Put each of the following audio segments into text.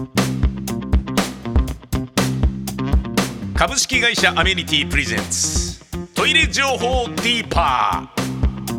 株式会社アメニティプレゼンツトイレ情報ディーパー。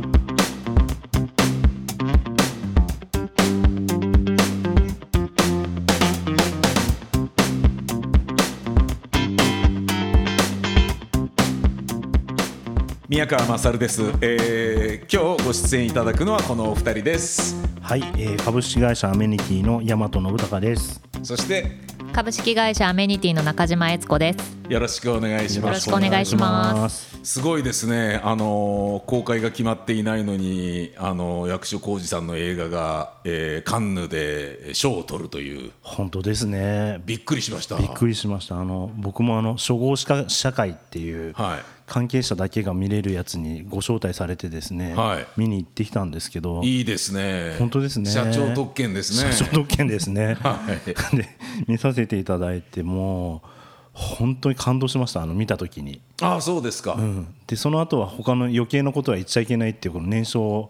宮川勝です。今日ご出演いただくのはこのお二人です。 はい、株式会社アメニティの大和信孝です。 そして株式会社アメニティの中島悦子です。 よろしくお願いします。 よろしくお願いします。 すごいですね。公開が決まっていないのに役所広司さんの映画が、カンヌで賞を取るという。 本当ですね。 びっくりしました。 びっくりしました。僕も初号社会っていう、はい、関係者だけが見れるやつにご招待されてですね、はい、見に行ってきたんですけど。 いいですね。 本当ですね。 社長特権ですね。 社長特権ですね、 はい、 で見させていただいてもう本当に感動しました。見た時に。 ああ、そうですか、 うん、でその後は他の余計なことは言っちゃいけないっていうこの念書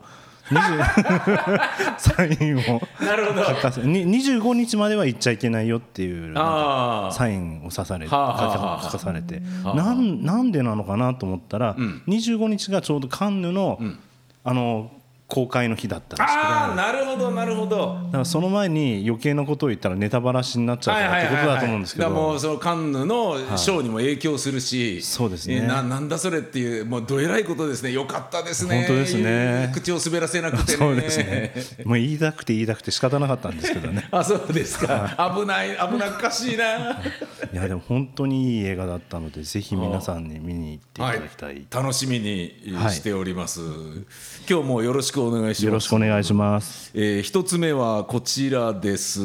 サインを書かせ25日までは言っちゃいけないよっていうサインを書かされて、なんでなのかなと思ったら、25日がちょうどカンヌの、公開の日だったんですけど。 ああ、なるほどなるほど。 だからその前に余計なことを言ったらネタバラシになっちゃうからってことだと思うんですけど、 だからもうそのカンヌの賞にも影響するし、 そうですね、 なんだそれっていう、もうどえらいことですね。よかったですね。 本当ですね。 口を滑らせなくてね。 そうですね。もう言いたくて仕方なかったんですけどね。 あ、そうですか。危なっかしいな。 いやでも本当にいい映画だったので、ぜひ皆さんに見に行っていただきたい。 楽しみにしております、今日もよろしくお願いします。 よろしくお願いします。 一つ目はこちらです。ト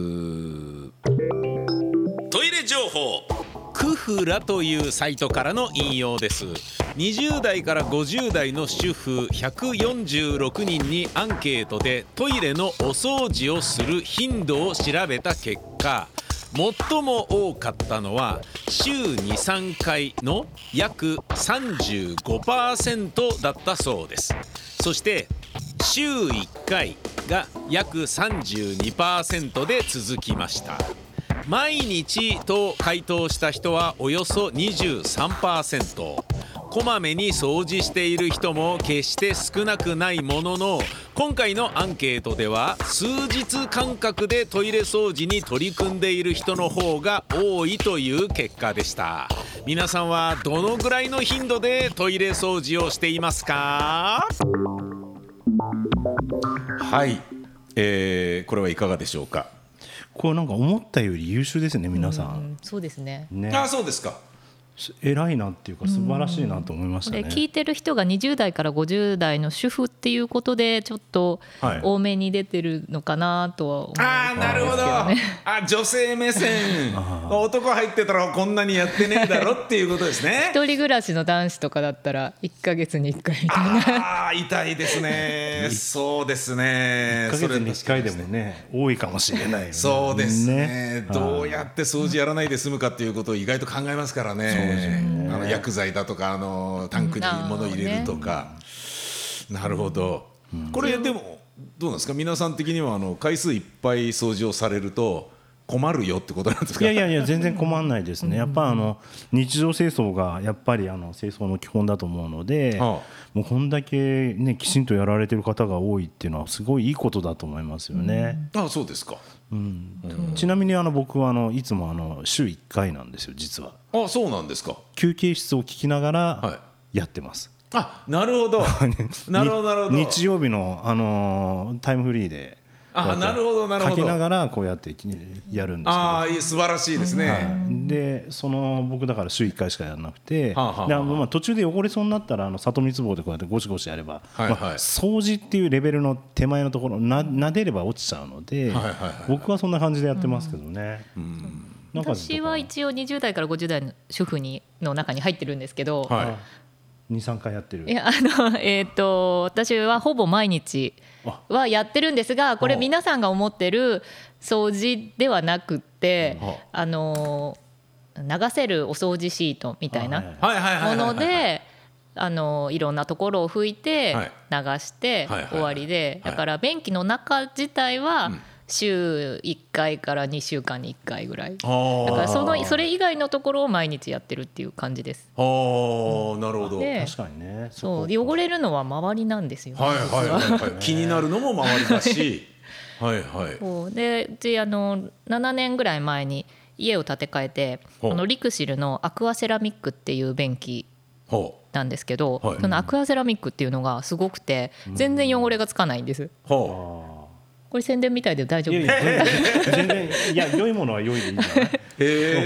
イレ情報クフラというサイトからの引用です。20代から50代の主婦146人にアンケートでトイレのお掃除をする頻度を調べた結果、最も多かったのは週 2,3 回の約 35% だったそうです。そして週1回が約 32% で続きました。毎日と回答した人はおよそ 23%。こまめに掃除している人も決して少なくないものの、今回のアンケートでは数日間隔でトイレ掃除に取り組んでいる人の方が多いという結果でした。皆さんはどのぐらいの頻度でトイレ掃除をしていますか？はい、これはいかがでしょうか。 これなんか思ったより優秀ですね、皆さん。 そうですね。 あ、そうですか。 偉いなっていうか素晴らしいなと思いましたね。 聞いてる人が20代から50代の主婦っていうことでちょっと多めに出てるのかなとは思うんですけどね。 あ、なるほど。女性目線男入ってたらこんなにやってねえだろっていうことですね。 一人暮らしの男子とかだったら1ヶ月に1回みたいな。 あ、痛いですね。そうですね。 1ヶ月に1回でもね、多いかもしれないよね。 そうですね。どうやって掃除やらないで済むかっていうことを意外と考えますからね。薬剤だとかタンクに物入れるとか、なるほど、これでもどうなんですか、皆さん的には回数いっぱい掃除をされると困るよってことなんですか？ いや全然困らないですね。やっぱ日常清掃がやっぱり清掃の基本だと思うので、もうこんだけねきちんとやられてる方が多いっていうのはすごいいいことだと思いますよね。 あ、そうですか。 ちなみに僕はいつも週1回なんですよ、実は。 あ、そうなんですか。 休憩室を聞きながらやってます。 あ、なるほどなるほどなるほど。 日曜日のタイムフリーでなるほどなるほど、 書きながらこうやってやるんですけど。 ああ、素晴らしいですね。 で僕だから週1回しかやらなくて、途中で汚れそうになったら里水棒でこうやってゴシゴシやれば、掃除っていうレベルの手前のところ撫でれば落ちちゃうので、僕はそんな感じでやってますけどね。 私は一応20代から50代の主婦の中に入ってるんですけど、 2、3回やってる。 いや私はほぼ毎日はやってるんですが、これ皆さんが思ってる掃除ではなくって流せるお掃除シートみたいなものでいろんなところを拭いて流して終わりで、だから便器の中自体は週1回から2週間に1回ぐらいだからそれ以外のところを毎日やってるっていう感じです。 なるほど。 確かにね。 そう汚れるのは周りなんですよ、ね。 気になるのも周りだしはいはい。 そうでうち7年ぐらい前に家を建て替えてリクシルのアクアセラミックっていう便器なんですけど、そのアクアセラミックっていうのがすごくて全然汚れがつかないんです。これ宣伝みたいで大丈夫？ 全然良いものは良いでいいんじゃない？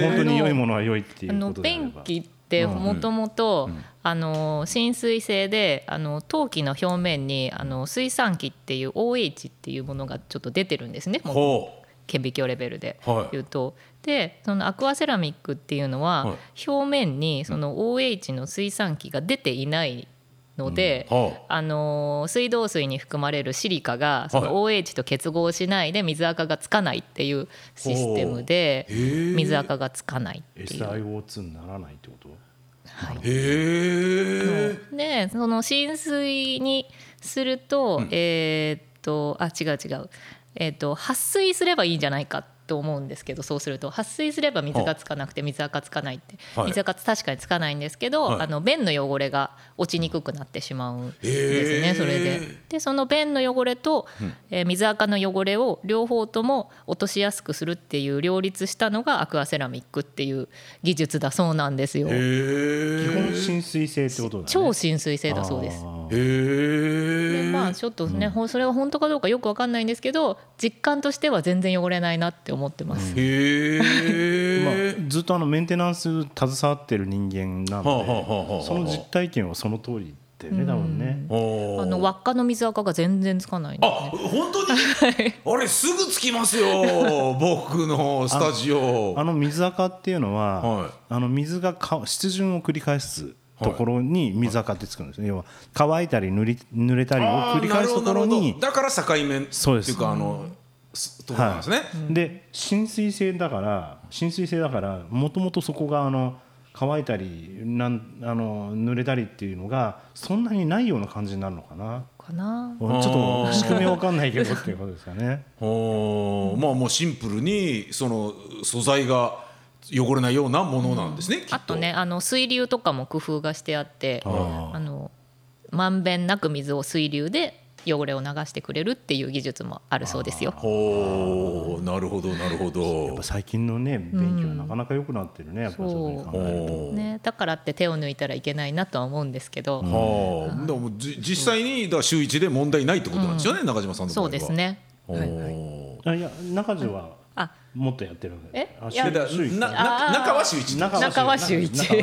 本当に良いものは良いっていうことであれば。 便器ってもともと浸水性で陶器の表面に水酸基っていう OH っていうものがちょっと出てるんですね。顕微鏡レベルで言うと、でそのアクアセラミックっていうのは表面にその OH の水酸基が出ていないので、水道水に含まれるシリカがその OH と結合しないで水垢がつかないっていうシステムで水垢がつかないっていう。 SiO2 にならないってこと？ はい、でその浸水にすると、違う撥水すればいいんじゃないかと思うんですけど、そうすると撥水すれば水がつかなくて水垢つかないって、水垢確かにつかないんですけど、便の汚れが落ちにくくなってしまうんですね。それでその便の汚れと、水垢の汚れを両方とも落としやすくするっていう両立したのがアクアセラミックっていう技術だそうなんですよ。 基本浸水性ってことだね。 超浸水性だそうです。でちょっとね、それが本当かどうかよく分かんないんですけど、実感としては全然汚れないなって思ってます。 ずっとメンテナンス携わってる人間なので、その実体験はその通りだよね、多分ね。 輪っかの水垢が全然つかないんですね。 本当にあれすぐつきますよ僕のスタジオ。 水垢っていうのは、水が湿潤を繰り返すところに水垢ってつくんですね。要は乾いたり濡れたりを繰り返すところに。だから境目っていうかところなんですね。 で浸水性だからもともとそこが乾いたり濡れたりっていうのがそんなにないような感じになるのかな。ちょっと仕組みは分かんないけどっていうことですかね。 もうシンプルにその素材が汚れないようなものなんですね、きっと。 あとね水流とかも工夫がしてあってまんべんなく水を水流で汚れを流してくれるっていう技術もあるそうですよ。 なるほどなるほど。 やっぱ最近のね勉強はなかなか良くなってるね、やっぱりそういうふうに考えるとね。だからって手を抜いたらいけないなとは思うんですけど、 でも実際に週1で問題ないってことなんですよね、中島さんの場合は。 そうですね。 いや中地はもっとやってるわけ。 中は週1。 中は週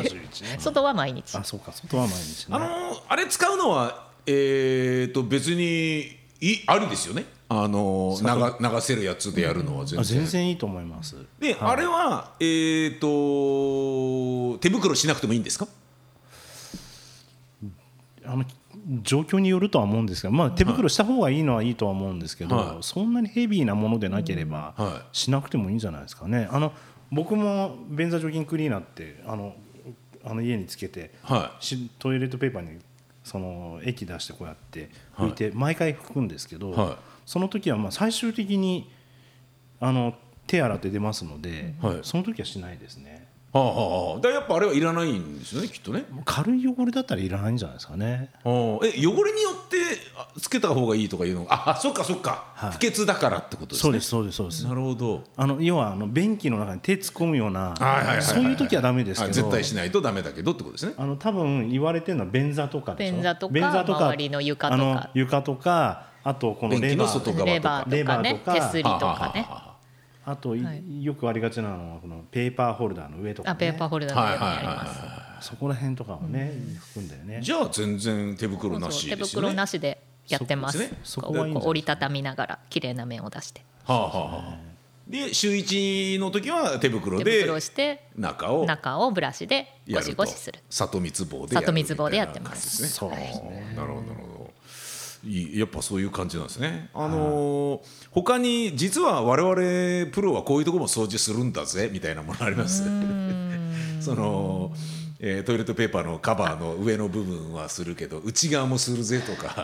1。外は毎日。 そうか、外は毎日ね。 あれ使うのは別にありですよね。流せるやつでやるのは全然いいと思います。 で、あれは手袋しなくてもいいんですか？ 状況によるとは思うんですけど、手袋した方がいいのはいいとは思うんですけど、そんなにヘビーなものでなければしなくてもいいんじゃないですかね。僕も便座除菌クリーナーって家につけて、トイレットペーパーにその液出してこうやって拭いて毎回拭くんですけど、その時は最終的に手洗って出ますので、その時はしないですね。 だやっぱあれはいらないんですよね、きっとね。 軽い汚れだったらいらないんじゃないですかね。 汚れによってつけた方がいいとかいうのが、そっかそっか、不潔だからってことですね。 そうですなるほど。 要は便器の中に手突っ込むようなそういう時はダメですけど、 絶対しないとダメだけどってことですね。 多分言われてるのは便座とかでしょ。 便座とか周りの床とか、あとこのレバーとか手すりとかね。 あとよくありがちなのはこのペーパーホルダーの上とかね。 ペーパーホルダーの上もあります。 そこら辺とかをね拭くんだよね。 じゃあ全然手袋なしですよね。 手袋なしでやってます。折りたたみながら綺麗な面を出して。 で週1の時は手袋して中をブラシでゴシゴシする。 里水棒でやってます。 そうなるほどなるほど。やっぱそういう感じなんですね。他に実は我々プロはこういうところも掃除するんだぜみたいなものあります。そのトイレットペーパーのカバーの上の部分はするけど内側もするぜとか。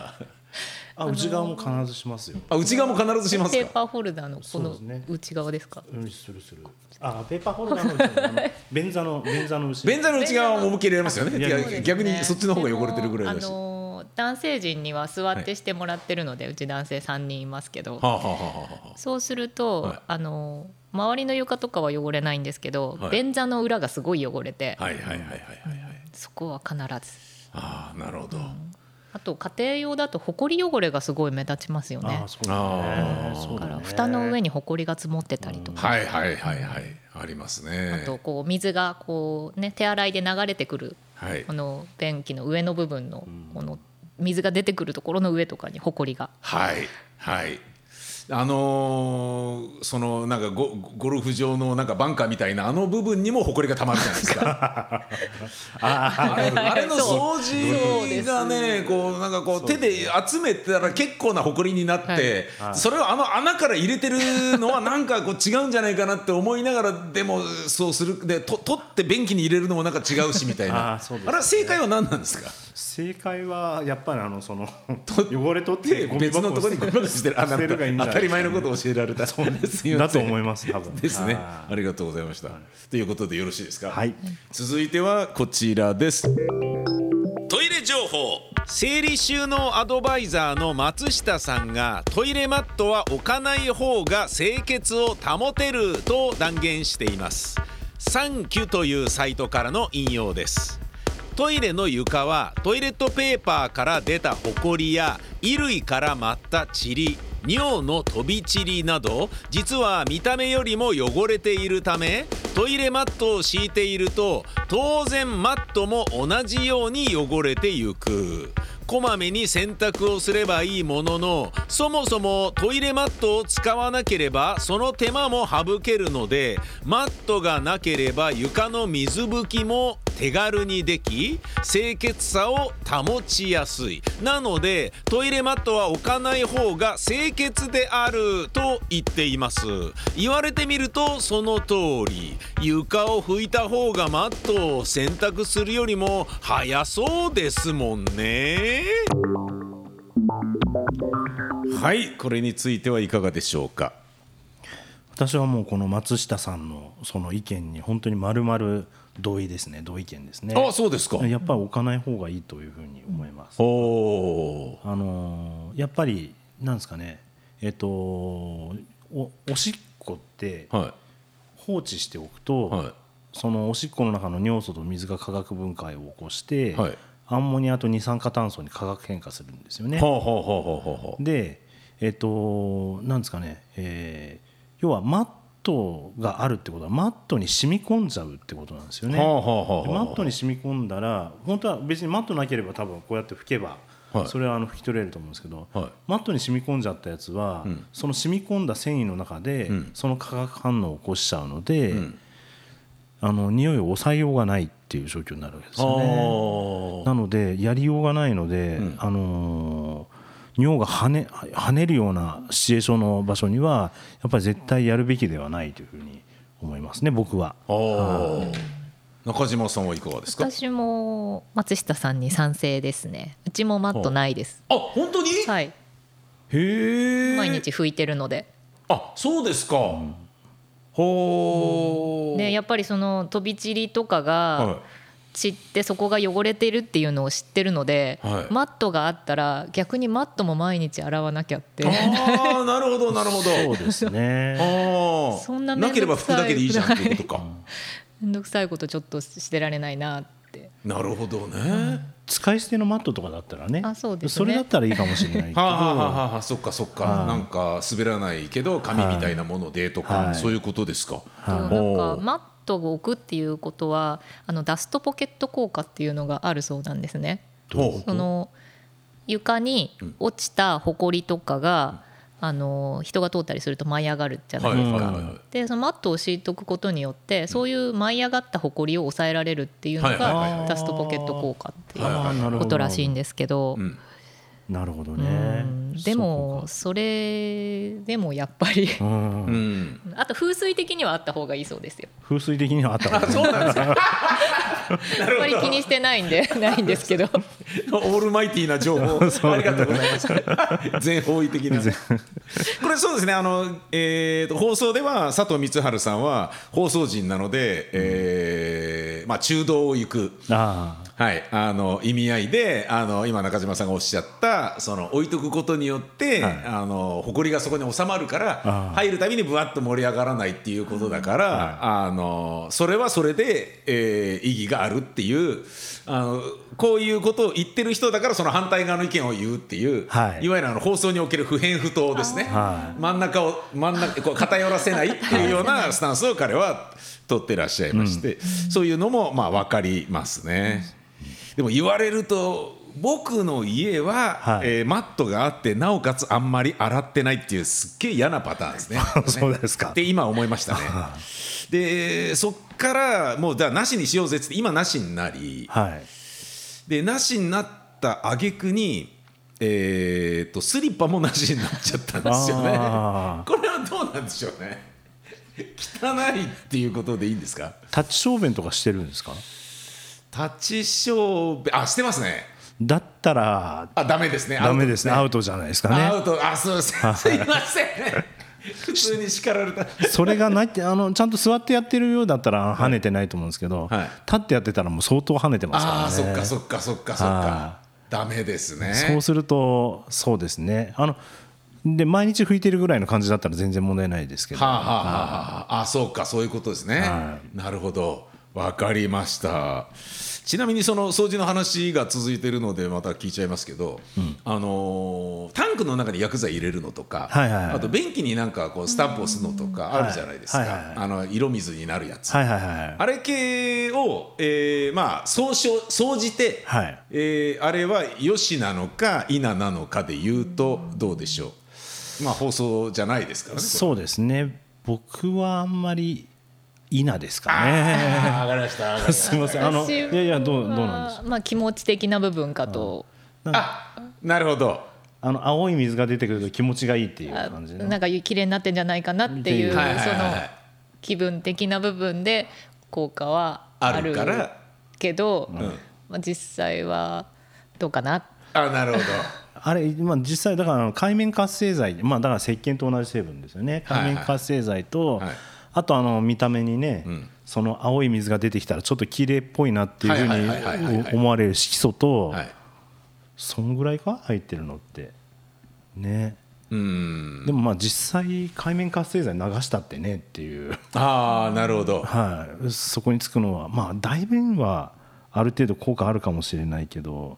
内側も必ずしますよ。 内側も必ずしますか。 ペーパーホルダーのこの内側ですか。 するペーパーホルダーの内側便座の内側も思いっきり入れますよね。逆にそっちの方が汚れてるぐらいだし。 男性陣には座ってしてもらってるので、うち男性3人いますけど、そうすると、周りの床とかは汚れないんですけど、便座の裏がすごい汚れて、そこは必ず。 なるほど。 あと家庭用だとほこり汚れがすごい目立ちますよね。だから蓋の上にほこりが積もってたりとか、 ありますね。 あとこう水がこうね、手洗いで流れてくる、この便器の上の部分のこの水が出てくるところの上とかにほこりが、 そのなんかゴルフ場のなんかバンカーみたいな部分にもほこりがたまるじゃないですか。あれの掃除がね、こうなんかこう手で集めたら結構なほこりになって、それを穴から入れてるのはなんかこう違うんじゃないかなって思いながら、でもそうするで取って便器に入れるのもなんか違うしみたいな。あれ正解は何なんですか？ 正解はやっぱりその汚れ取って別のところにゴミ箱してる。当たり前のことを教えられた。 だと思います。多分ですね。ありがとうございました。ということでよろしいですか？ はい。 続いてはこちらです。 トイレ情報。整理収納アドバイザーの松下さんが、トイレマットは置かない方が清潔を保てると断言しています。サンキュというサイトからの引用です。トイレの床はトイレットペーパーから出たホコリや衣類から舞った塵、尿の飛び散りなど、実は見た目よりも汚れているため、トイレマットを敷いていると当然マットも同じように汚れてゆく。こまめに洗濯をすればいいものの、そもそもトイレマットを使わなければその手間も省けるので、マットがなければ床の水拭きも手軽にでき、清潔さを保ちやすい。なのでトイレマットは置かない方が清潔であると言っています。言われてみるとその通り。床を拭いた方がマットを洗濯するよりも早そうですもんね。 はい、これについてはいかがでしょうか？ 私はもうこの松下さんのその意見に本当に丸々同意ですね。同意見ですね。 あ、そうですか。 やっぱり置かない方がいいというふうに思います。やっぱりなんですかね、おしっこって放置しておくと、そのおしっこの中の尿素と水が化学分解を起こして、アンモニアと二酸化炭素に化学変化するんですよね。で、なんですかね、要はマットがあるってことはマットに染み込んじゃうってことなんですよね。マットに染み込んだら、本当は別にマットなければ多分こうやって拭けばそれは拭き取れると思うんですけど、マットに染み込んじゃったやつは、その染み込んだ繊維の中でその化学反応を起こしちゃうので、匂いを抑えようがないっていう状況になるわけですよね。なのでやりようがないので、尿が跳ねるようなシチュエーションの場所にはやっぱり絶対やるべきではないというふうに思いますね、僕は。 中島さんはいかがですか？ 私も松下さんに賛成ですね。うちもマットないです。 あ、本当に？ はい。 へえ。 毎日拭いてるので。 あ、そうですか。ほー。 でやっぱりその飛び散りとかが散ってそこが汚れてるっていうのを知ってるので、マットがあったら逆にマットも毎日洗わなきゃって。 ああ、なるほどなるほど。 そうですね。 そんななければ拭くだけでいいじゃんっていうことか。 めんどくさいことちょっとしてられないなって。 なるほどね。 使い捨てのマットとかだったらね、 そうですね、 それだったらいいかもしれないけどそっかそっか、なんか滑らないけど紙みたいなものでとか、そういうことですか。 なんかマットを置くっていうことはダストポケット効果っていうのがあるそうなんですね。その床に落ちたホコリとかが人が通ったりすると舞い上がるじゃないですか。でそのマットを敷いとくことによってそういう舞い上がったホコリを抑えられるっていうのがダストポケット効果っていうことらしいんですけど。 なるほどね。 でもそれでもやっぱりあと風水的にはあった方がいいそうですよ。 風水的にはあった方がいい。 そうなんですか。 あんまり気にしてないんですけどオールマイティーな情報ありがとうございます全方位的なこれそうですね放送では佐藤光晴さんは放送人なので、中道を行くはい、意味合いで今中島さんがおっしゃった置いとくことによって、埃がそこに収まるから入るたびにぶわっと盛り上がらないっていうことだから、それはそれで、意義があるっていうこういうことを言ってる人だからその反対側の意見を言うっていう、いわゆる放送における不偏不党ですね、真ん中こう偏らせないっていうようなスタンスを彼は取ってらっしゃいまして、そういうのも分かりますね。でも言われると僕の家は、マットがあってなおかつあんまり洗ってないっていうすっげえ嫌なパターンですねそうですかって今思いましたねでそっからもうだなしにしようぜって今なしになり、でなしになった挙句にスリッパもなしになっちゃったんですよねこれはどうなんでしょうね汚いっていうことでいいんですか。 タッチ小便とかしてるんですか。 タッチ小便してますね。 だったらダメですね。 ダメですね。アウトじゃないですかね。 アウト。すいませんすいません普通に叱られたそれがないってちゃんと座ってやってるようだったら跳ねてないと思うんですけど、立ってやってたらもう相当跳ねてますからね。 そっかダメですね。 そうするとそうですねで毎日拭いてるぐらいの感じだったら全然問題ないですけど、 そうかそういうことですね、なるほど分かりました。ちなみにその掃除の話が続いているのでまた聞いちゃいますけど、タンクの中に薬剤入れるのとか、あと便器になんかこうスタンプをするのとかあるじゃないですか、色水になるやつ、あれ系を、総じて、あれは良しなのか否なのかで言うとどうでしょう。放送じゃないですからね。 そうですね。僕はあんまり否ですかね。 わかりましたすみません。いやどうなんでしょう。 気持ち的な部分かと。 なるほど。 青い水が出てくると気持ちがいいっていう感じで、 なんか綺麗になってんじゃないかなっていう、その気分的な部分で効果はあるけど、実際はどうかな。 なるほど。 あれ実際だから界面活性剤、だから石鹸と同じ成分ですよね。界面活性剤と、あと見た目にね、その青い水が出てきたらちょっと綺麗っぽいなっていうふうに思われる色素と、そんぐらいか入ってるのってね。でも実際界面活性剤流したってねっていう。 なるほど。 そこにつくのは代弁はある程度効果あるかもしれないけど、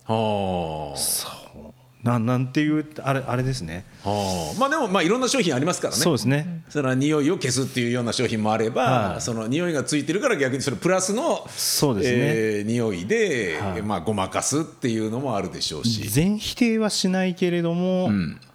なんていうあれですね。 でもいろんな商品ありますからね。 そうですね。 その匂いを消すっていうような商品もあれば、その匂いがついてるから逆にそれプラスのそうですね、 匂いで、ごまかすっていうのもあるでしょうし、 全否定はしないけれども、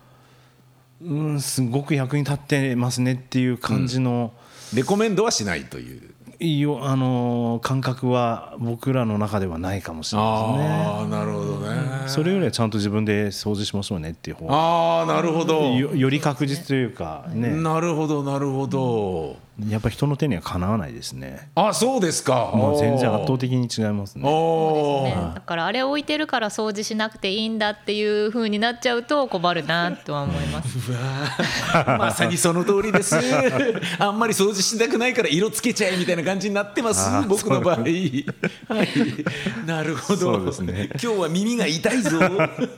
すごく役に立ってますねっていう感じの、 レコメンドはしないという感覚は僕らの中ではないかもしれないですね。 なるほどね。 それよりはちゃんと自分で掃除しましょうねっていう方がなるほど。 より確実というかね。 なるほどなるほど。 やっぱり人の手にはかなわないですね。 そうですか。 全然圧倒的に違いますね。 だからあれ置いてるから掃除しなくていいんだっていう風になっちゃうと困るなとは思います。 まさにその通りです。あんまり掃除しなくないから色つけちゃえみたいな感じになってます。僕の場合。なるほど。そうですね。今日は耳が痛いぞ。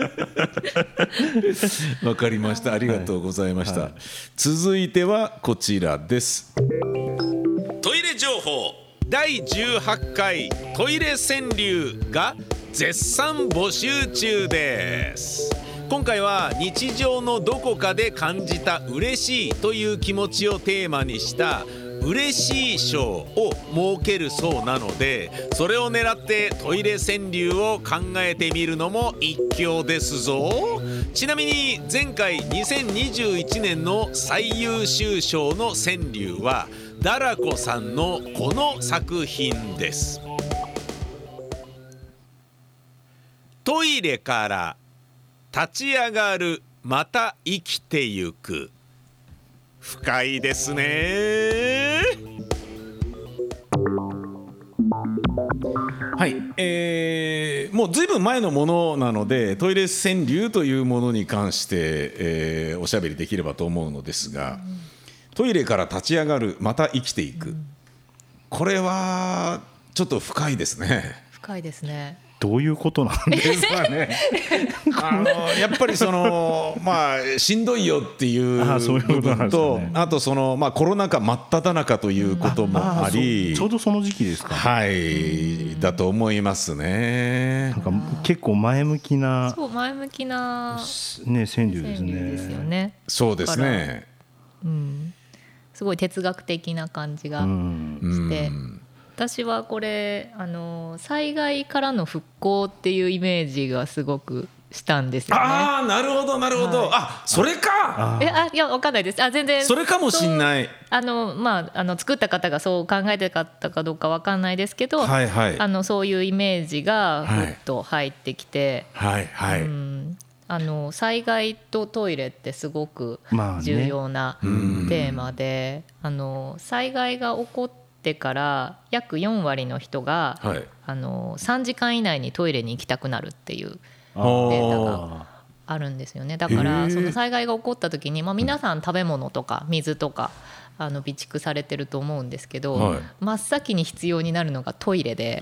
わかりました。ありがとうございました。続いてはこちらです。トイレ情報第18回トイレ川柳が絶賛募集中です。今回は日常のどこかで感じた嬉しいという気持ちをテーマにした嬉しい賞を設けるそうなので、それを狙ってトイレ川柳を考えてみるのも一興ですぞ。ちなみに前回2021年の最優秀賞の川柳はダラコさんのこの作品です。トイレから立ち上がる、また生きてゆく。深いですね。 はい、もうずいぶん前のものなのでトイレ川柳というものに関して、おしゃべりできればと思うのですが、トイレから立ち上がるまた生きていく、これはちょっと深いですね。 深いですね。 どういうことなんですかね。 やっぱりまあしんどいよっていう部分と、あとコロナ禍真っ只中ということもあり、 ちょうどその時期ですか。 はいだと思いますね。 なんか結構前向きなね川柳ですね。 そうですね。 すごい哲学的な感じがして、私はこれ災害からの復興っていうイメージがすごくしたんですよね。 ああなるほどなるほど、はい、あそれか。 いや分かんないです。全然それかもしんない。 作った方がそう考えてかったかどうか分かんないですけど、 はいはい、 そういうイメージがふっと入ってきて、 はいはいはい、 災害とトイレってすごく重要なテーマで、災害が起こってから約4割の人が、はい、3時間以内にトイレに行きたくなるっていうデータがあるんですよね。だからその災害が起こった時に、皆さん食べ物とか水とか備蓄されてると思うんですけど、はい、真っ先に必要になるのがトイレで、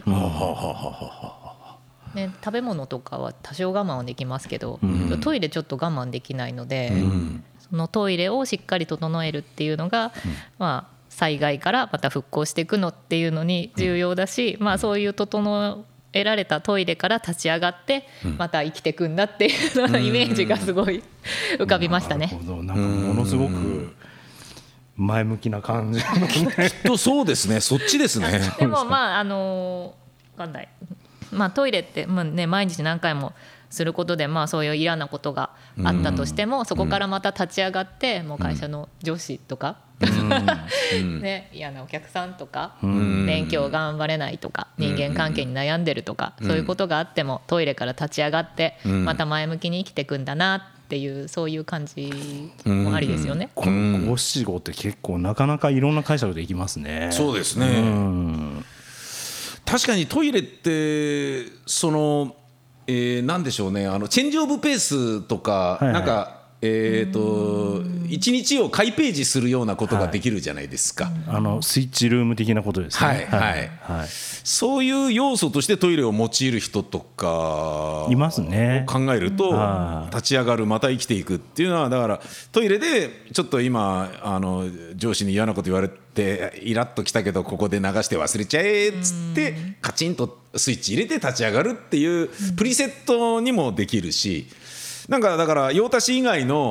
ね、食べ物とかは多少我慢はできますけど、トイレちょっと我慢できないので、そのトイレをしっかり整えるっていうのが、災害からまた復興していくのっていうのに重要だし、そういう整えられたトイレから立ち上がってまた生きていくんだっていうののイメージがすごい浮かびましたね。 なるほど、なんかものすごく前向きな感じ。 きっとそうですね。そっちですね。 でも分かんない、トイレって、毎日何回もすることで、そういう嫌なことがあったとしても、そこからまた立ち上がって、もう会社の上司とか、ね、嫌なお客さんとか、勉強頑張れないとか、人間関係に悩んでるとか、そういうことがあってもトイレから立ち上がってまた前向きに生きていくんだなっていう、そういう感じもありですよね。 この五七五って結構なかなかいろんな解釈できますね。 そうですね。確かにトイレってなんでしょうね、チェンジオブペースとか、なんか1日を回ページするようなことができるじゃないですか。 スイッチルーム的なことですね。 そういう要素としてトイレを用いる人とかいますね。 考えると、立ち上がるまた生きていくっていうのは、だからトイレでちょっと今上司に嫌なこと言われてイラッときたけど、ここで流して忘れちゃえっつってカチンとスイッチ入れて立ち上がるっていうプリセットにもできるし、なんかだから用足し以外の、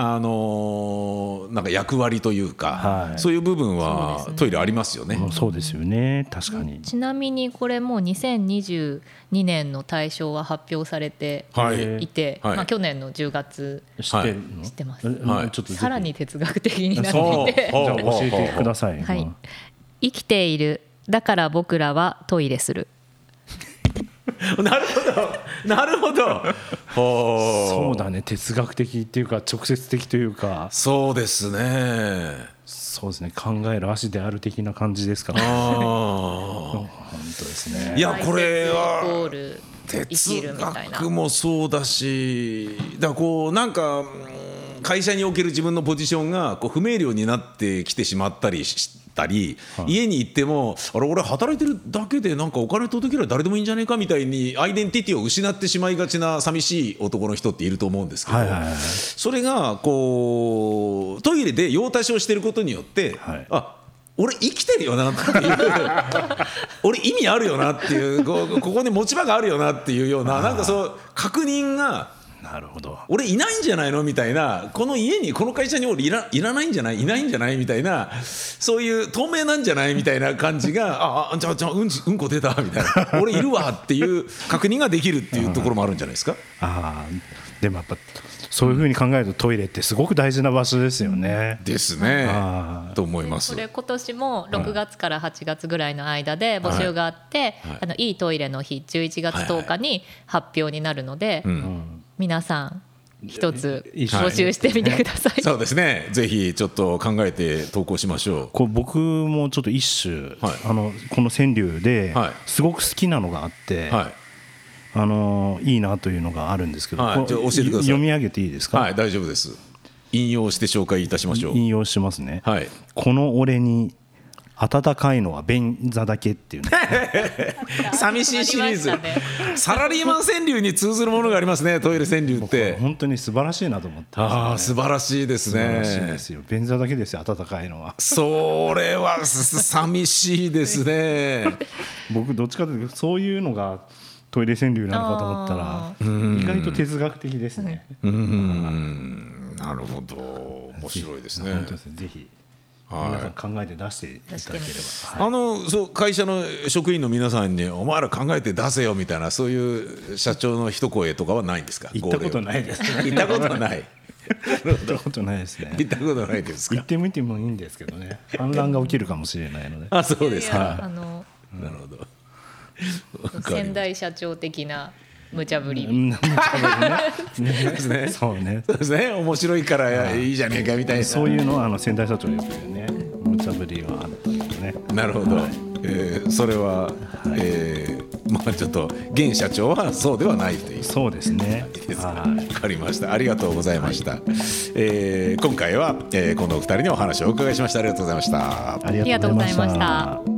なんか役割というか、そういう部分はトイレありますよね。 そうですよね、確かに。 ちなみにこれもう2022年の大賞は発表されていて、去年の10月知ってます。ちょっとさらに哲学的になっていて、 じゃあ教えてください。 生きている、だから僕らはトイレする。 なるほどなるほど。 そうだね、哲学的っていうか直接的というか。 そうですね。 そうですね、考える足である的な感じですかね。本当ですね。 いや、これは哲学もそうだし、だからなんか会社における自分のポジションが不明瞭になってきてしまったりしたり、家に行っても俺働いてるだけでなんかお金届ければ誰でもいいんじゃないかみたいにアイデンティティを失ってしまいがちな寂しい男の人っていると思うんですけど、それがトイレで用足しをしていることによって、俺生きてるよなっていう俺意味あるよなっていうここに持ち場があるよなっていうような、なんかそう確認が、 なるほど、 俺いないんじゃないのみたいな、この家にこの会社に俺いらないんじゃない、いないんじゃないみたいな、そういう透明なんじゃないみたいな感じがじゃあうんこ出たみたいな、俺いるわっていう確認ができるっていうところもあるんじゃないですか。 でもやっぱそういうふうに考えるとトイレってすごく大事な場所ですよね。 ですね、と思います。 これ今年も6月から8月ぐらいの間で募集があって、いいトイレの日11月10日に発表になるので、皆さん一つ募集してみてください、 そうですね、ぜひちょっと考えて投稿しましょう。 こう僕もちょっと一種、この川柳ですごく好きなのがあって、いいなというのがあるんですけど、 教えてください。 読み上げていいですか？ はい、大丈夫です。引用して紹介いたしましょう。 引用しますね。この俺に温かいのは便座だけっていう寂しいシリーズ、サラリーマン川柳に通ずるものがありますね。トイレ川柳って本当に素晴らしいなと思って、 素晴らしいですね。 素晴らしいですよ。便座だけですよ、温かいのは。 それは寂しいですね。 僕どっちかというとそういうのがトイレ川柳なのかと思ったら意外と哲学的ですね。 なるほど、面白いですね。 本当ですね、ぜひ皆さん考えて出していただければ。 そう会社の職員の皆さんにお前ら考えて出せよみたいな、そういう社長の一声とかはないんですか？ 言ったことないですね。 言ったことない。 言ったことないですね。 言ったことないですか？ 言ってみてもいいんですけどね。反乱が起きるかもしれないので。 あ、そうですか。 なるほど。先代社長的な無茶ぶり。 そうね。 そうですね。面白いからいいじゃねえかみたいな。 そういうのは先代社長よくね、無茶ぶりはあったんですね。 なるほど。それはまあちょっと現社長はそうではないという。 そうですね。 わかりました。ありがとうございました。今回はこのお二人にお話をお伺いしました。ありがとうございました。 ありがとうございました。